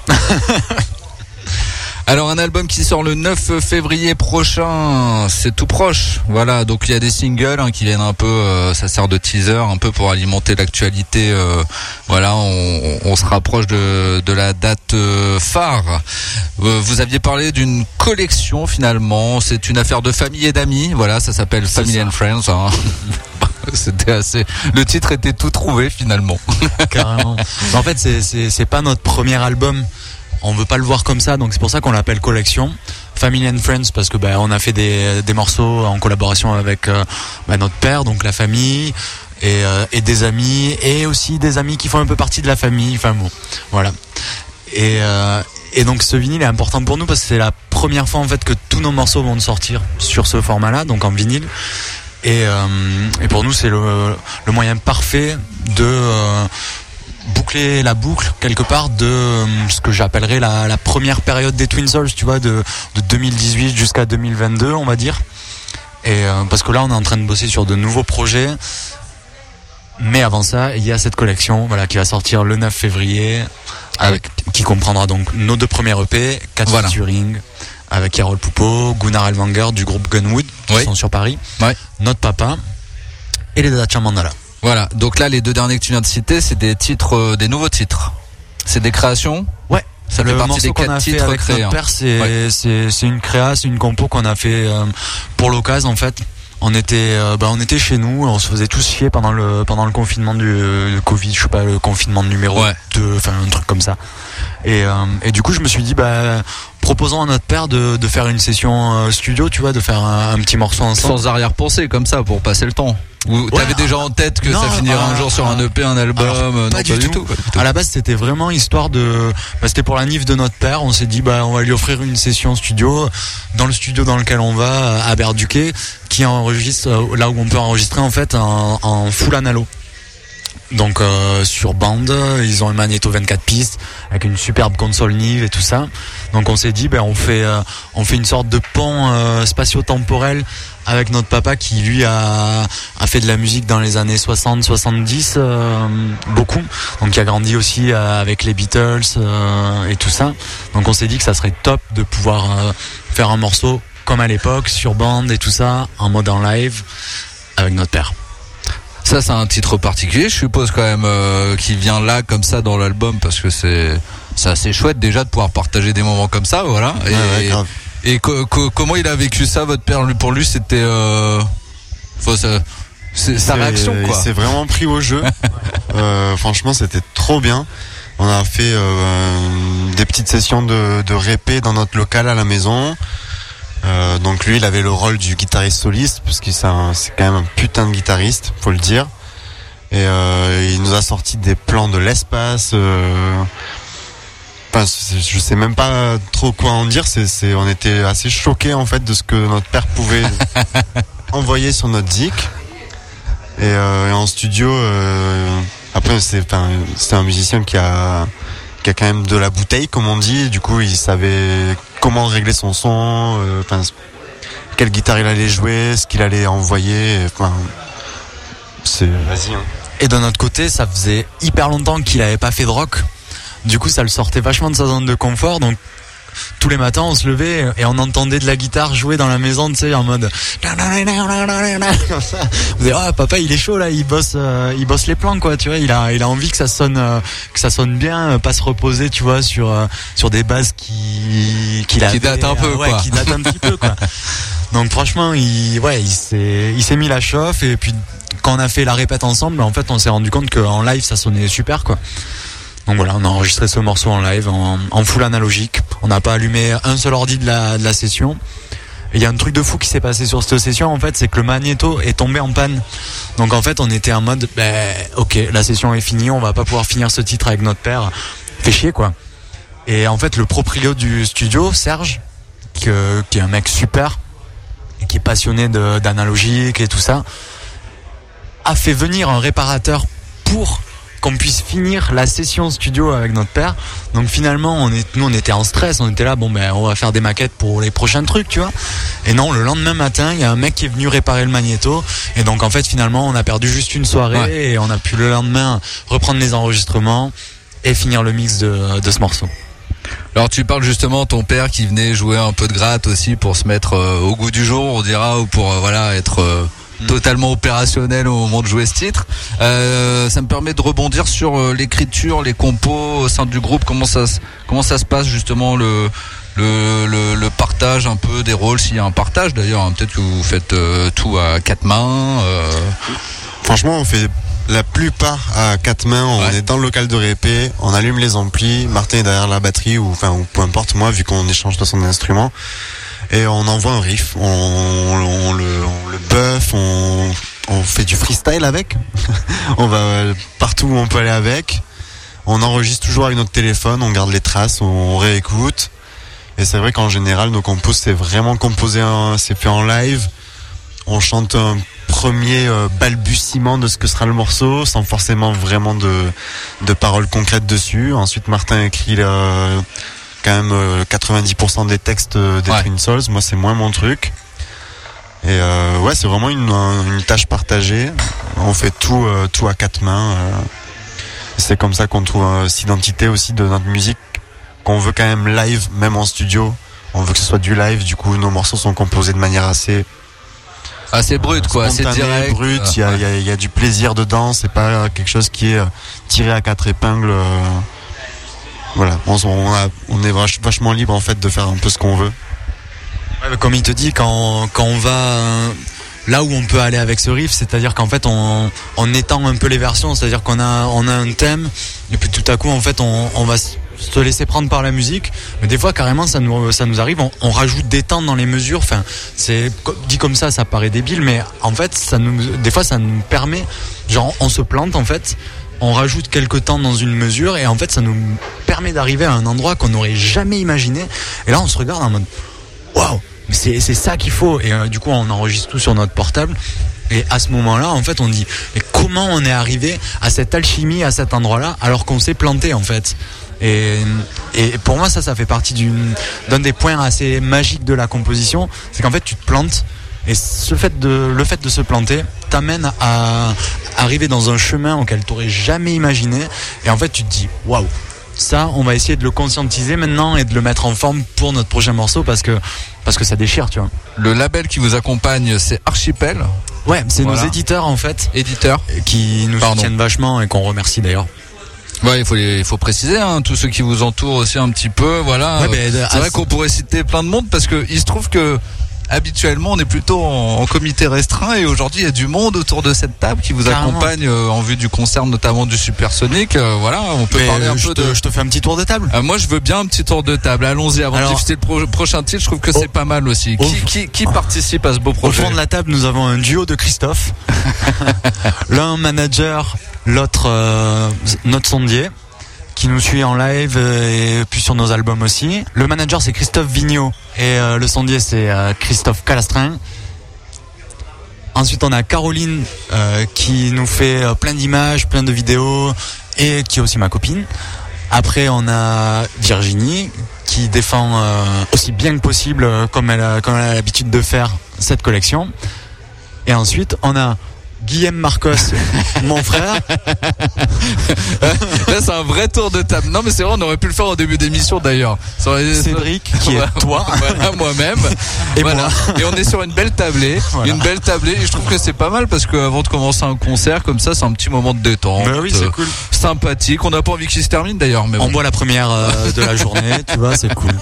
Alors un album qui sort le 9 février prochain, c'est tout proche. Voilà, donc il y a des singles qui viennent un peu, ça sert de teaser, un peu pour alimenter l'actualité. Voilà, on se rapproche de la date phare. Vous aviez parlé d'une collection finalement, c'est une affaire de famille et d'amis. Voilà, ça s'appelle Family and Friends. Hein. C'était assez. Le titre était tout trouvé finalement. Carrément. En fait, c'est pas notre premier album. On veut pas le voir comme ça, donc c'est pour ça qu'on l'appelle collection. Family and Friends, parce que on a fait des morceaux en collaboration avec notre père, donc la famille, et des amis, et aussi des amis qui font un peu partie de la famille. Enfin bon, voilà. Et donc ce vinyle est important pour nous parce que c'est la première fois en fait que tous nos morceaux vont sortir sur ce format-là, donc en vinyle. Et pour nous c'est le moyen parfait de boucler la boucle quelque part de ce que j'appellerais la première période des Twin Souls, tu vois, de 2018 jusqu'à 2022 on va dire. Et parce que là on est en train de bosser sur de nouveaux projets, mais avant ça il y a cette collection qui va sortir le 9 février qui comprendra donc nos 2 premiers EP, 4 featuring avec Carole Poupeau, Gunnar Elvanger du groupe Gunwood qui sont sur Paris, notre papa et les Dacia Mandala. Voilà, donc là les 2 derniers que tu viens de citer, c'est des titres, des nouveaux titres. C'est des créations ? Ouais. Ça fait partie des 4 titres avec créés. Notre père, c'est une créa, c'est une compo qu'on a fait pour l'occasion en fait. On était chez nous, on se faisait tous chier pendant le confinement du Covid, je sais pas, le confinement numéro 2, enfin un truc comme ça. Et du coup je me suis dit proposons à notre père de faire une session studio, tu vois, de faire un petit morceau ensemble. Sans arrière-pensée comme ça pour passer le temps. Ou t'avais déjà en tête que ça finirait un jour sur un EP, un album? Alors, pas du tout. À la base, c'était vraiment histoire de. C'était pour la nif de notre père. On s'est dit, on va lui offrir une session studio dans le studio dans lequel on va à Berduquet, qui enregistre là où on peut enregistrer en fait en full analo. Donc sur bande, ils ont un magnéto 24 pistes avec une superbe console Nive et tout ça. Donc on s'est dit on fait une sorte de pont spatio-temporel avec notre papa qui lui a fait de la musique dans les années 60-70 beaucoup. Donc qui a grandi aussi avec les Beatles et tout ça. Donc on s'est dit que ça serait top de pouvoir faire un morceau comme à l'époque sur bande et tout ça en mode en live avec notre père. Ça c'est un titre particulier, je suppose quand même, qui vient là comme ça dans l'album, parce que c'est assez chouette déjà de pouvoir partager des moments comme ça, voilà. Et comment il a vécu ça, votre père? Pour lui c'était c'est sa réaction quoi. Il s'est vraiment pris au jeu. Franchement c'était trop bien. On a fait des petites sessions de répé dans notre local à la maison. Donc lui il avait le rôle du guitariste soliste parce que c'est quand même un putain de guitariste, faut le dire. Et il nous a sorti des plans de l'espace. Je sais même pas trop quoi en dire. On était assez choqués en fait de ce que notre père pouvait envoyer sur notre Zik. Et en studio, après c'est un musicien qui a quand même de la bouteille comme on dit. Du coup il savait comment régler son son, quelle guitare il allait jouer, ce qu'il allait envoyer. Vas-y. Et de notre côté, ça faisait hyper longtemps qu'il avait pas fait de rock. Du coup, ça le sortait vachement de sa zone de confort. Donc, tous les matins, on se levait et on entendait de la guitare jouer dans la maison, tu sais, en mode. Comme ça. On disait, papa, il est chaud là, il bosse les plans, quoi. Tu vois, il a envie que ça sonne bien, pas se reposer, tu vois, sur des bases qui datent un peu, quoi. Qui datent un petit peu, quoi. Donc franchement, il s'est mis la chauffe et puis quand on a fait la répète ensemble, en fait, on s'est rendu compte qu'en live, ça sonnait super, quoi. Donc voilà, on a enregistré ce morceau en live en full analogique. On n'a pas allumé un seul ordi de la session. il y a un truc de fou qui s'est passé sur cette session en fait, c'est que le magnéto est tombé en panne. Donc en fait on était en mode ok, la session est finie, on va pas pouvoir finir ce titre avec notre père, fait chier quoi. Et en fait le proprio du studio, Serge, qui est un mec super et qui est passionné d'analogique et tout ça, a fait venir un réparateur pour qu'on puisse finir la session studio avec notre père. Donc finalement nous on était en stress, on était là on va faire des maquettes pour les prochains trucs, tu vois. Et non, le lendemain matin il y a un mec qui est venu réparer le magnéto, et donc en fait finalement on a perdu juste une soirée, et on a pu le lendemain reprendre les enregistrements et finir le mix de ce morceau. Alors tu parles justement de ton père qui venait jouer un peu de gratte aussi pour se mettre au goût du jour, on dira, ou pour être totalement opérationnel au moment de jouer ce titre. Ça me permet de rebondir sur l'écriture, les compos au sein du groupe. Comment ça se passe justement le partage un peu des rôles, s'il y a un partage d'ailleurs, hein, peut-être que vous faites tout à quatre mains. Franchement, on fait la plupart à quatre mains. On est dans le local de répé, on allume les amplis, Martin est derrière la batterie ou peu importe, moi vu qu'on échange de son instrument. Et on envoie un riff, on le buff, on fait du freestyle avec. On va partout où on peut aller avec. On enregistre toujours avec notre téléphone, on garde les traces, on réécoute. Et c'est vrai qu'en général, nos compos, c'est vraiment composé, c'est fait en live. On chante un premier balbutiement de ce que sera le morceau, sans forcément vraiment de paroles concrètes dessus. Ensuite, Martin écrit quand même 90% des textes des Twin Souls. Moi c'est moins mon truc, et c'est vraiment une tâche partagée. On fait tout à quatre mains, c'est comme ça qu'on trouve cette identité aussi de notre musique, qu'on veut quand même live, même en studio on veut que ce soit du live. Du coup nos morceaux sont composés de manière assez brut quoi, assez direct, brut. Il y a du plaisir dedans, c'est pas quelque chose qui est tiré à quatre épingles. Voilà, on est vachement libre en fait de faire un peu ce qu'on veut. Ouais, comme il te dit, quand on va là où on peut aller avec ce riff, c'est-à-dire qu'en fait on étend un peu les versions, c'est-à-dire qu'on a un thème, et puis tout à coup en fait on va se laisser prendre par la musique, mais des fois carrément ça nous arrive, on rajoute des temps dans les mesures. Enfin, c'est dit comme ça paraît débile, mais en fait des fois ça nous permet, genre on se plante en fait, on rajoute quelques temps dans une mesure, et en fait ça nous permet d'arriver à un endroit qu'on n'aurait jamais imaginé, et là on se regarde en mode waouh, mais c'est ça qu'il faut. Et du coup on enregistre tout sur notre portable, et à ce moment là en fait on dit mais comment on est arrivé à cette alchimie à cet endroit là alors qu'on s'est planté en fait. Et pour moi ça fait partie d'un des points assez magiques de la composition, c'est qu'en fait tu te plantes, et le fait de se planter t'amène à arriver dans un chemin auquel t'aurais jamais imaginé, et en fait tu te dis waouh, ça on va essayer de le conscientiser maintenant et de le mettre en forme pour notre prochain morceau, parce que ça déchire, tu vois. Le label qui vous accompagne, c'est Archipel. Ouais, c'est nos éditeurs en fait, qui nous soutiennent vachement et qu'on remercie d'ailleurs. Ouais, il faut préciser, hein, tous ceux qui vous entourent aussi un petit peu, voilà. Ouais, c'est vrai qu'on pourrait citer plein de monde, parce que il se trouve que habituellement on est plutôt en comité restreint, et aujourd'hui il y a du monde autour de cette table qui vous accompagne en vue du concert, notamment du Supersonic. Voilà, on peut parler un peu de... Je te fais un petit tour de table. Moi je veux bien un petit tour de table, allons-y. Avant de diffuser le prochain titre, je trouve que c'est pas mal aussi. Qui participe à ce beau projet? Au fond de la table, nous avons un duo de Christophe. L'un manager, l'autre notre sondier, qui nous suit en live et puis sur nos albums aussi. Le manager c'est Christophe Vigneault, et le sondier c'est Christophe Calastrin. Ensuite on a Caroline qui nous fait plein d'images, plein de vidéos, et qui est aussi ma copine. Après on a Virginie qui défend aussi bien que possible, comme elle a l'habitude de faire, cette collection. Et ensuite on a Guillaume Marcos, mon frère. Là c'est un vrai tour de table. Non mais c'est vrai, on aurait pu le faire au début d'émission d'ailleurs. Cédric qui est toi. Voilà, moi-même. Et voilà. Et on est sur une belle tablée. Voilà. Une belle tablée, et je trouve que c'est pas mal, parce qu'avant de commencer un concert comme ça, c'est un petit moment de détente. Bah oui, c'est cool. Sympathique. On n'a pas envie qu'il se termine d'ailleurs. Mais bon. On boit la première de la journée, tu vois, c'est cool.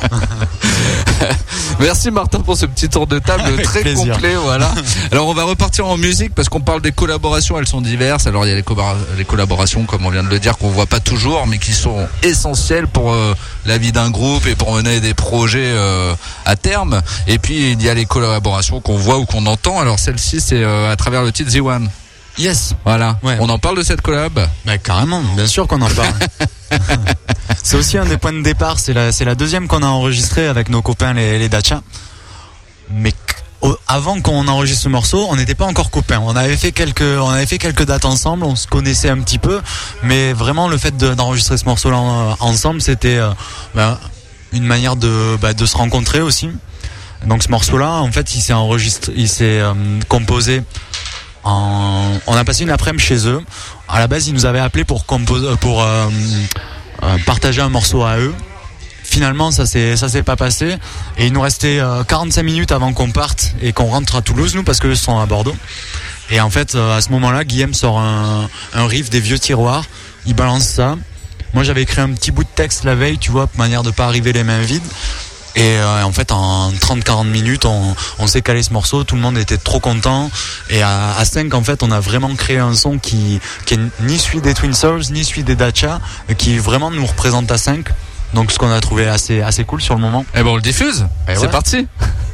Merci Martin pour ce petit tour de table très complet. Voilà. Alors on va repartir en musique, parce qu'on parle des les collaborations, elles sont diverses. Alors il y a les collaborations, comme on vient de le dire, qu'on voit pas toujours, mais qui sont essentielles pour la vie d'un groupe et pour mener des projets à terme. Et puis il y a les collaborations qu'on voit ou qu'on entend. Alors celle-ci, c'est à travers le titre The One. Yes. Voilà. Ouais. On en parle de cette collab? Bah carrément, bien sûr qu'on en parle. C'est aussi un des points de départ. C'est la deuxième qu'on a enregistrée avec nos copains les Dacia. Mais avant qu'on enregistre ce morceau, on n'était pas encore copains. On avait fait quelques dates ensemble, on se connaissait un petit peu, mais vraiment le fait d'enregistrer ce morceau-là ensemble, c'était une manière de se rencontrer aussi. Donc ce morceau-là, en fait, il s'est composé. On a passé une après-midi chez eux. À la base, ils nous avaient appelé pour partager un morceau à eux. Finalement, ça s'est pas passé. Et il nous restait 45 minutes avant qu'on parte et qu'on rentre à Toulouse, nous, parce qu'eux sont à Bordeaux. Et en fait, à ce moment-là, Guillaume sort un riff des vieux tiroirs. Il balance ça. Moi, j'avais écrit un petit bout de texte la veille, tu vois, de manière de pas arriver les mains vides. Et en fait, en 30-40 minutes, on s'est calé ce morceau. Tout le monde était trop content. Et à 5, en fait, on a vraiment créé un son qui est ni celui des Twin Souls, ni celui des Dacia, qui vraiment nous représente à 5. Donc ce qu'on a trouvé assez cool sur le moment. Et on le diffuse. C'est parti.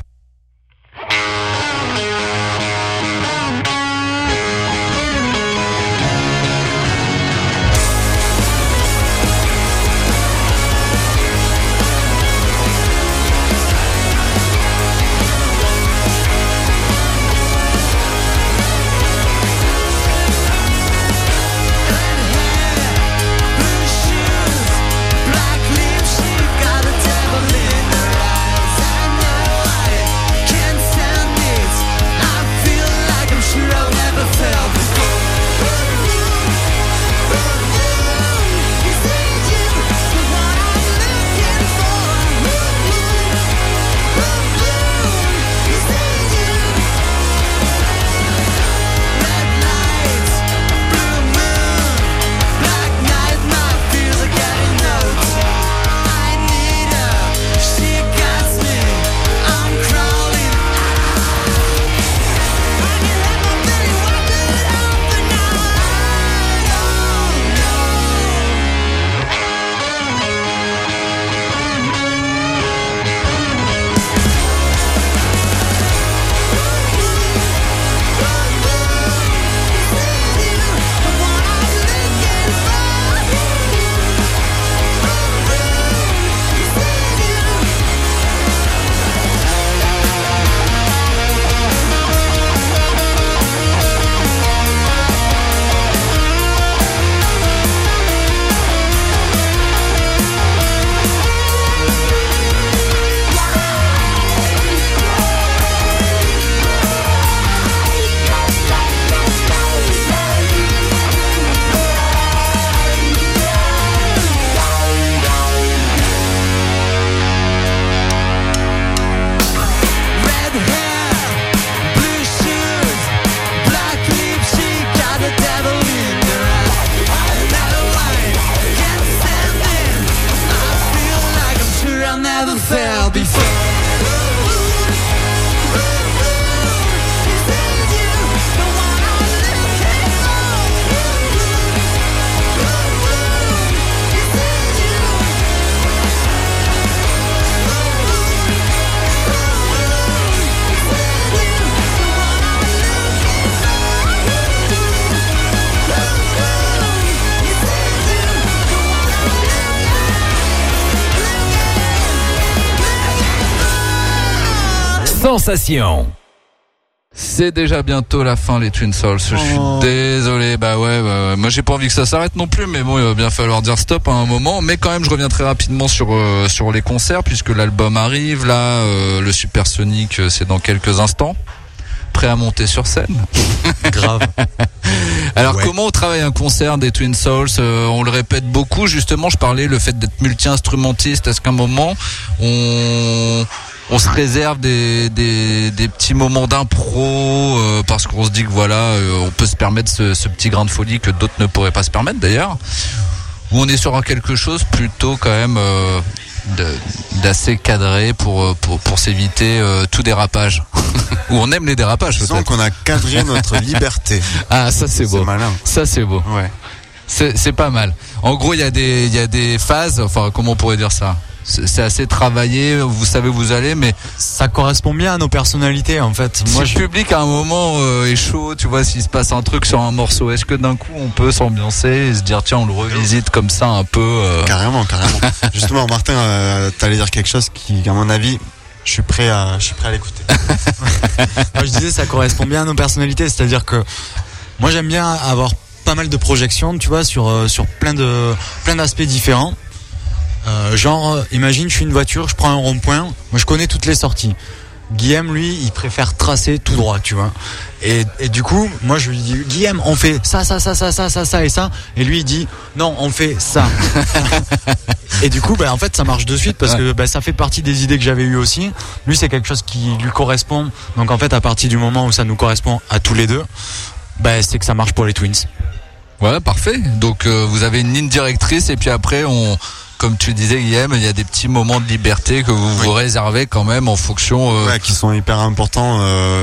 Sensation. C'est déjà bientôt la fin, les Twin Souls. Je suis désolé. Bah ouais. Moi, j'ai pas envie que ça s'arrête non plus, mais bon, il va bien falloir dire stop à un moment. Mais quand même, je reviens très rapidement sur les concerts, puisque l'album arrive. Là, le Supersonic, c'est dans quelques instants. Prêt à monter sur scène. Grave. Alors comment on travaille un concert des Twin Souls? On le répète beaucoup. Justement, je parlais le fait d'être multi-instrumentiste. Est-ce qu'à un moment on se réserve des petits moments d'impro parce qu'on se dit que voilà, on peut se permettre ce petit grain de folie que d'autres ne pourraient pas se permettre d'ailleurs, ou on est sur quelque chose plutôt quand même d'assez cadré pour s'éviter tout dérapage. Ou on aime les dérapages. Disons qu'on a cadré notre liberté. Ah, ça c'est beau. C'est malin. Ça c'est beau. Ouais. C'est pas mal. En gros, il y a des phases. Enfin, comment on pourrait dire ça? C'est assez travaillé, vous savez où vous allez, mais ça correspond bien à nos personnalités en fait. Si le public à un moment est chaud, tu vois, s'il se passe un truc sur un morceau, est-ce que d'un coup on peut s'ambiancer et se dire tiens on le revisite comme ça un peu Carrément. Justement Martin, t'allais dire quelque chose qui à mon avis je suis prêt à l'écouter. Moi je disais ça correspond bien à nos personnalités, c'est-à-dire que moi j'aime bien avoir pas mal de projections, tu vois, sur plein d'aspects différents. Genre, imagine, je suis une voiture, je prends un rond-point, moi je connais toutes les sorties. Guillaume, lui, il préfère tracer tout droit, tu vois. Et du coup, moi je lui dis, Guillaume, on fait ça et ça. Et lui, il dit, non, on fait ça. Et du coup, en fait, ça marche de suite parce que ça fait partie des idées que j'avais eues aussi. Lui, c'est quelque chose qui lui correspond. Donc en fait, à partir du moment où ça nous correspond à tous les deux, c'est que ça marche pour les Twins. Ouais, parfait. Donc vous avez une ligne directrice et puis après comme tu disais Guillaume, il y a des petits moments de liberté que vous réservez quand même en fonction qui sont hyper importants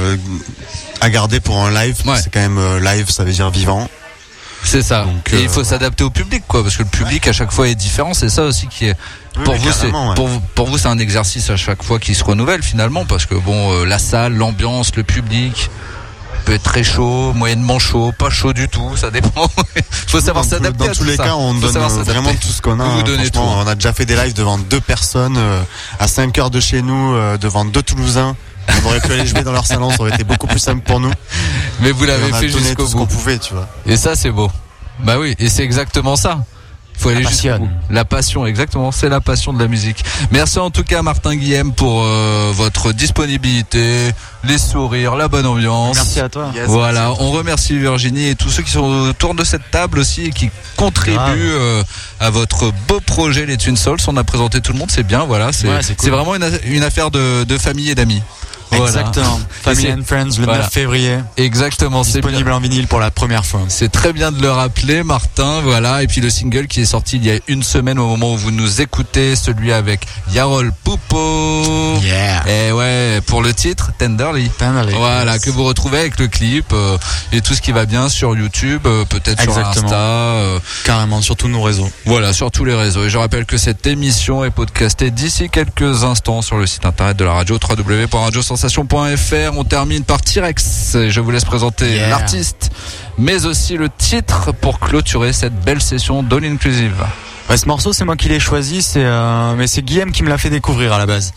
à garder pour un live. C'est quand même live, ça veut dire vivant. C'est ça. Donc, et il faut s'adapter au public parce que le public à chaque fois est différent, c'est ça aussi qui est pour vous c'est un exercice à chaque fois qui se renouvelle finalement parce que la salle, l'ambiance, le public peut être très chaud, moyennement chaud, pas chaud du tout, ça dépend. Faut savoir s'adapter. Dans tous les cas, on donne vraiment tout ce qu'on a. Franchement, on a déjà fait des lives devant 2 personnes à 5 heures de chez nous, devant 2 Toulousains. On aurait pu aller jouer dans leur salon, ça aurait été beaucoup plus simple pour nous. Mais vous l'avez fait jusqu'au bout. Ce qu'on pouvait, tu vois. Et ça, c'est beau. Bah oui, et c'est exactement ça. Faut aller jusqu'au bout. La passion, exactement, c'est la passion de la musique. Merci en tout cas Martin Guillaume pour votre disponibilité, les sourires, la bonne ambiance. Merci à toi. Yes, voilà, on remercie Virginie et tous ceux qui sont autour de cette table aussi et qui contribuent à votre beau projet les Twin Souls. On a présenté tout le monde, c'est bien, voilà, c'est cool. Vraiment une affaire de famille et d'amis. Exactement. Family and Friends, le 9 février. Exactement. Disponible en vinyle pour la première fois. C'est très bien de le rappeler, Martin. Voilà. Et puis le single qui est sorti il y a une semaine au moment où vous nous écoutez, celui avec Yarol Poupo. Yeah. Et ouais, pour le titre, Tenderly. Voilà, que vous retrouvez avec le clip et tout ce qui va bien sur YouTube, peut-être sur Insta. Carrément, sur tous nos réseaux. Voilà, sur tous les réseaux. Et je rappelle que cette émission est podcastée d'ici quelques instants sur le site internet de la radio, www.radiosensation.fr. On termine par T-Rex. Je vous laisse présenter l'artiste, mais aussi le titre pour clôturer cette belle session d'All Inclusive. Ouais, ce morceau, c'est moi qui l'ai choisi, mais c'est Guillaume qui me l'a fait découvrir à la base.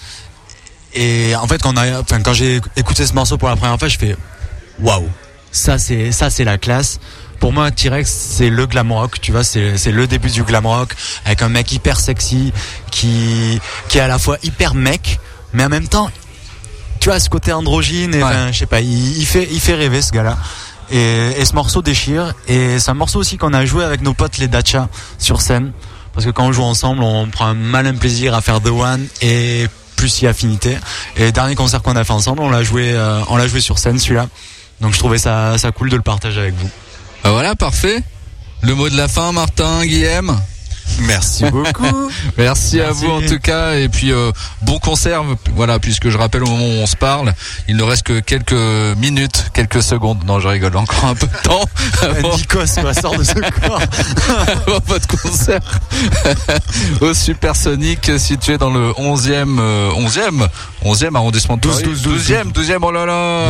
Et en fait, quand j'ai écouté ce morceau pour la première fois, je fais waouh, ça c'est la classe. Pour moi, T-Rex, c'est le glam rock, tu vois, c'est le début du glam rock, avec un mec hyper sexy, qui est à la fois hyper mec, mais en même temps, tu vois, ce côté androgyne, et je sais pas, il fait rêver ce gars-là. Et ce morceau déchire, et c'est un morceau aussi qu'on a joué avec nos potes les Dacha sur scène, parce que quand on joue ensemble, on prend un malin plaisir à faire The One et plus si affinité. Et le dernier concert qu'on a fait ensemble, on l'a joué sur scène, celui-là. Donc je trouvais ça cool de le partager avec vous. Voilà, parfait. Le mot de la fin, Martin, Guillaume. Merci beaucoup. Merci à vous en tout cas, et puis bon concert. Voilà, puisque je rappelle au moment où on se parle, il ne reste que quelques minutes, quelques secondes. Non, je rigole, encore un peu de temps. Nikos, quoi, sort de ce corps. Avant votre concert au Supersonic, situé dans le 11e arrondissement de Paris. 12e, oh là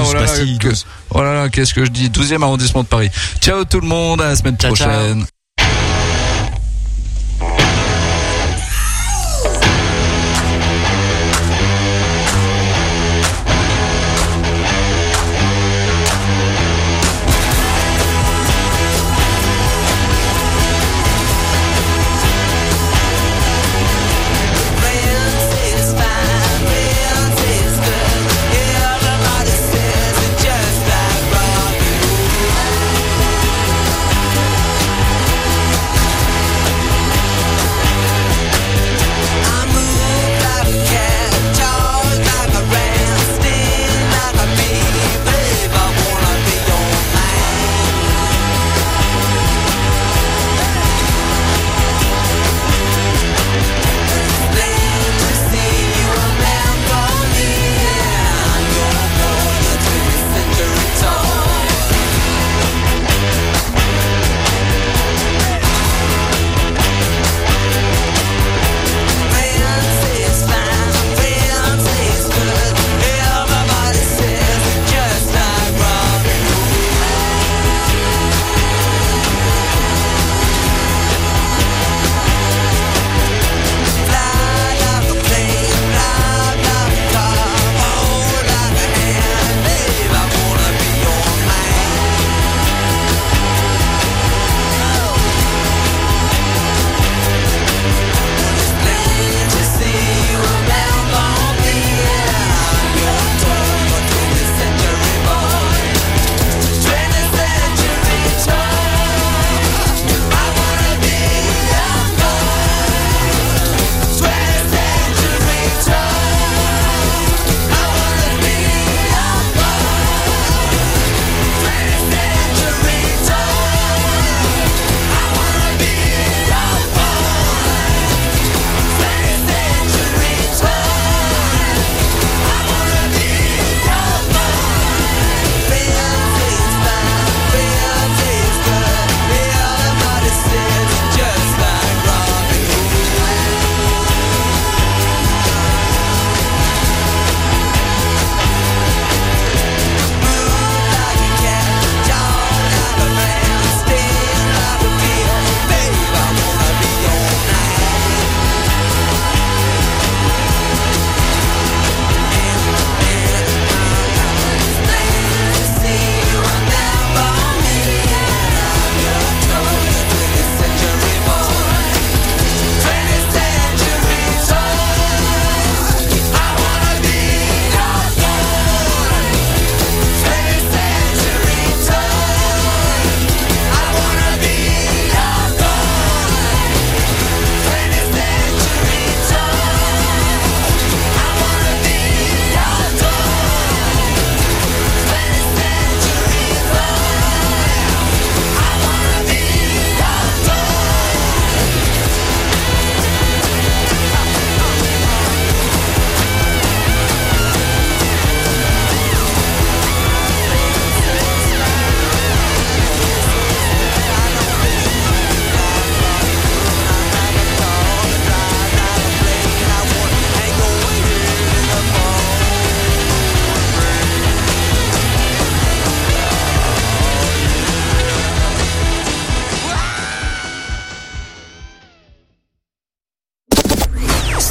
là, qu'est-ce que je dis, 12e arrondissement de Paris. Ciao tout le monde, à la semaine prochaine. Ciao.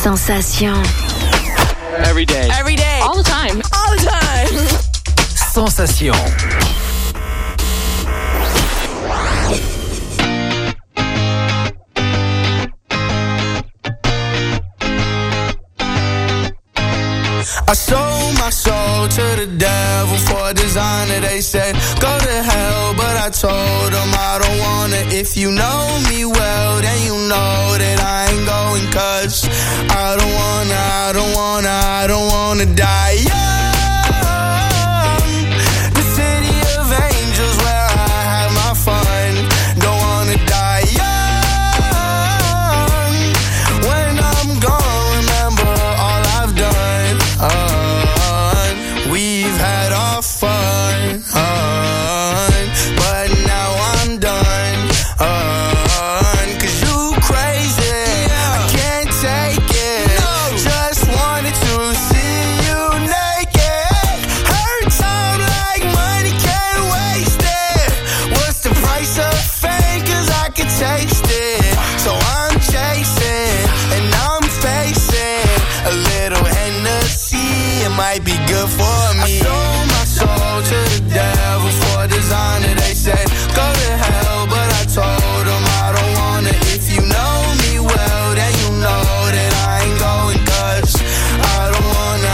Sensation. Every day. Every day. All the time. All the time. Sensation. I sold my soul to the devil for a designer. They said, go to hell, but I told them I don't wanna. If you know me well, then you know that I ain't going. Cause I don't wanna die young. The city of angels where I have my fun. Don't wanna die young. When I'm gone, remember all I've done. We've had our fun, but now I'm done. Cause you crazy, I can't take it. Just wanted to see you naked. Hurts I'm like money, can't waste it. What's the price of fame? Cause I can taste it. So I'm chasing and I'm facing a little Hennessy. It might be good for me. I sold my soul to the devil for a designer. They said, go to hell, but I told them I don't wanna. If you know me well, then you know that I ain't going. Cause I don't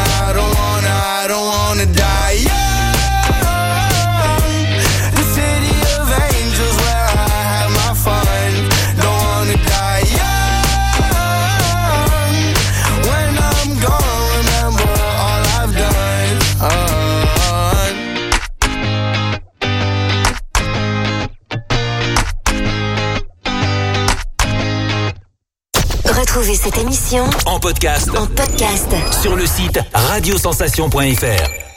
wanna die young. The city of angels where I have my fun. Don't wanna die young. When I'm gone, remember all I've done. Retrouvez cette émission En podcast en podcast sur le site radiosensation.fr.